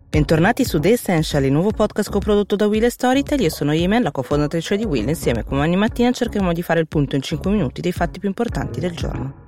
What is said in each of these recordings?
Bentornati su The Essential, il nuovo podcast coprodotto da Will e Storytel. Io sono Yemen, la cofondatrice di Will. Insieme, come ogni mattina, cercheremo di fare il punto in 5 minuti dei fatti più importanti del giorno.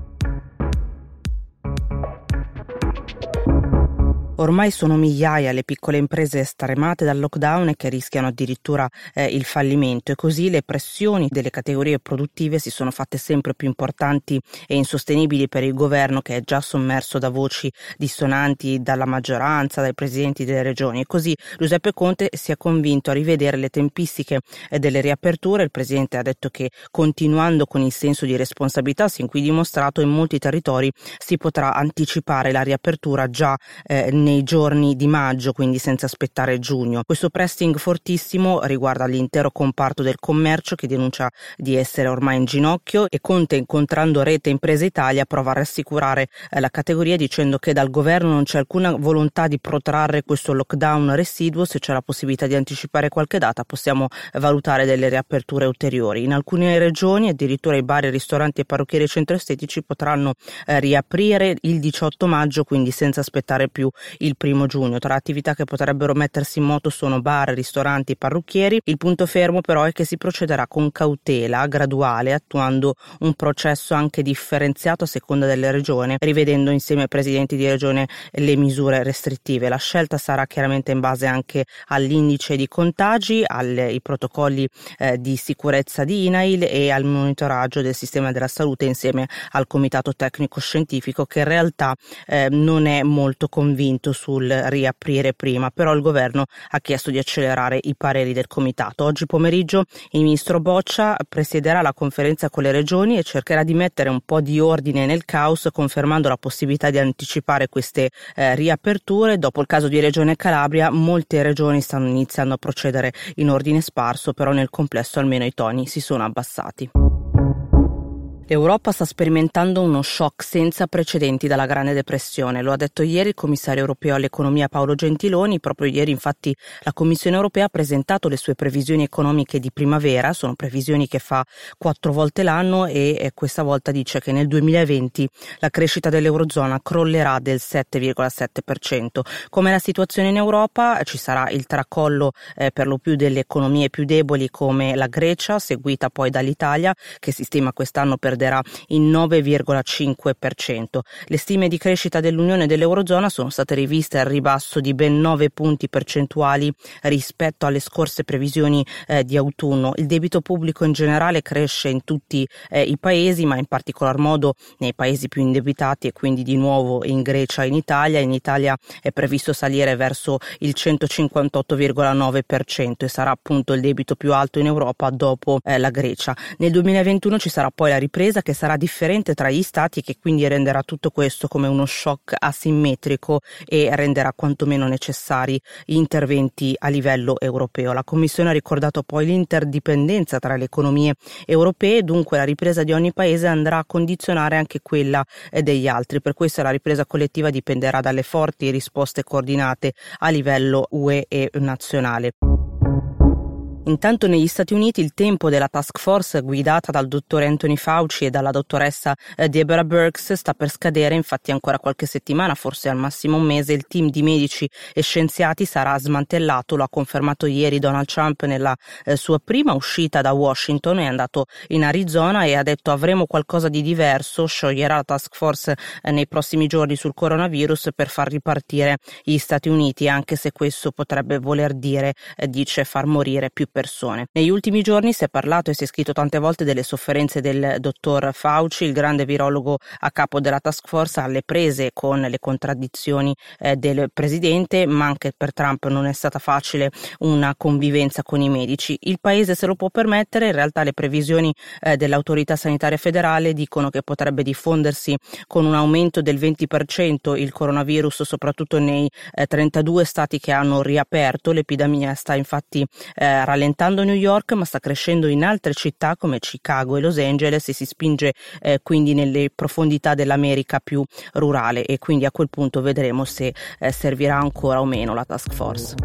Ormai sono migliaia le piccole imprese stremate dal lockdown e che rischiano addirittura il fallimento, e così le pressioni delle categorie produttive si sono fatte sempre più importanti e insostenibili per il governo, che è già sommerso da voci dissonanti dalla maggioranza, dai presidenti delle regioni, e così Giuseppe Conte si è convinto a rivedere le tempistiche delle riaperture. Il presidente ha detto che, continuando con il senso di responsabilità sin qui dimostrato, in molti territori si potrà anticipare la riapertura già nei giorni di maggio, quindi senza aspettare giugno. Questo pressing fortissimo riguarda l'intero comparto del commercio, che denuncia di essere ormai in ginocchio, e Conte, incontrando Rete Imprese Italia, prova a rassicurare la categoria dicendo che dal governo non c'è alcuna volontà di protrarre questo lockdown residuo. Se c'è la possibilità di anticipare qualche data, possiamo valutare delle riaperture ulteriori. In alcune regioni addirittura i bar, i ristoranti e parrucchieri e centri estetici potranno riaprire il 18 maggio, quindi senza aspettare più il 1 giugno. Tra attività che potrebbero mettersi in moto sono bar, ristoranti e parrucchieri. Il punto fermo però è che si procederà con cautela, graduale, attuando un processo anche differenziato a seconda delle regioni, rivedendo insieme ai presidenti di regione le misure restrittive. La scelta sarà chiaramente in base anche all'indice di contagi, ai protocolli di sicurezza di INAIL e al monitoraggio del sistema della salute, insieme al comitato tecnico scientifico, che in realtà non è molto convinto sul riaprire prima, però il governo ha chiesto di accelerare i pareri del comitato. Oggi pomeriggio il ministro Boccia presiederà la conferenza con le regioni e cercherà di mettere un po' di ordine nel caos, confermando la possibilità di anticipare queste riaperture. Dopo il caso di Regione Calabria, molte regioni stanno iniziando a procedere in ordine sparso, però nel complesso almeno i toni si sono abbassati. L'Europa sta sperimentando uno shock senza precedenti dalla Grande Depressione, lo ha detto ieri il commissario europeo all'economia Paolo Gentiloni. Proprio ieri infatti la Commissione europea ha presentato le sue previsioni economiche di primavera. Sono previsioni che fa 4 volte l'anno e questa volta dice che nel 2020 la crescita dell'Eurozona crollerà del 7,7%. Com'è la situazione in Europa? Ci sarà il tracollo per lo più delle economie più deboli come la Grecia, seguita poi dall'Italia, che si stima quest'anno perderà il 9,5%. Le stime di crescita dell'Unione e dell'Eurozona sono state riviste al ribasso di ben 9 punti percentuali rispetto alle scorse previsioni di autunno. Il debito pubblico in generale cresce in tutti i paesi, ma in particolar modo nei paesi più indebitati, e quindi di nuovo in Grecia e in Italia. In Italia è previsto salire verso il 158,9% e sarà appunto il debito più alto in Europa dopo la Grecia. Nel 2021 ci sarà poi la ripresa, che sarà differente tra gli stati, che quindi renderà tutto questo come uno shock asimmetrico e renderà quantomeno necessari interventi a livello europeo. La Commissione ha ricordato poi l'interdipendenza tra le economie europee, dunque la ripresa di ogni paese andrà a condizionare anche quella degli altri. Per questo la ripresa collettiva dipenderà dalle forti risposte coordinate a livello UE e nazionale. Intanto negli Stati Uniti il tempo della task force guidata dal dottore Anthony Fauci e dalla dottoressa Deborah Birx sta per scadere. Infatti ancora qualche settimana, forse al massimo un mese, il team di medici e scienziati sarà smantellato. Lo ha confermato ieri Donald Trump nella sua prima uscita da Washington. È andato in Arizona e ha detto: avremo qualcosa di diverso, scioglierà la task force nei prossimi giorni sul coronavirus per far ripartire gli Stati Uniti, anche se questo potrebbe voler dire, dice, far morire più persone. Negli ultimi giorni si è parlato e si è scritto tante volte delle sofferenze del dottor Fauci, il grande virologo a capo della task force, alle prese con le contraddizioni del presidente, ma anche per Trump non è stata facile una convivenza con i medici. Il paese se lo può permettere. In realtà le previsioni dell'autorità sanitaria federale dicono che potrebbe diffondersi con un aumento del 20% il coronavirus, soprattutto nei 32 stati che hanno riaperto. L'epidemia sta infatti rallentando New York, ma sta crescendo in altre città come Chicago e Los Angeles, e si spinge quindi nelle profondità dell'America più rurale, e quindi a quel punto vedremo se servirà ancora o meno la task force.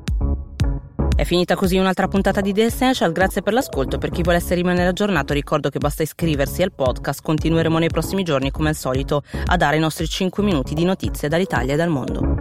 È finita così un'altra puntata di The Essential, grazie per l'ascolto. Per chi volesse rimanere aggiornato ricordo che basta iscriversi al podcast. Continueremo nei prossimi giorni come al solito a dare i nostri 5 minuti di notizie dall'Italia e dal mondo.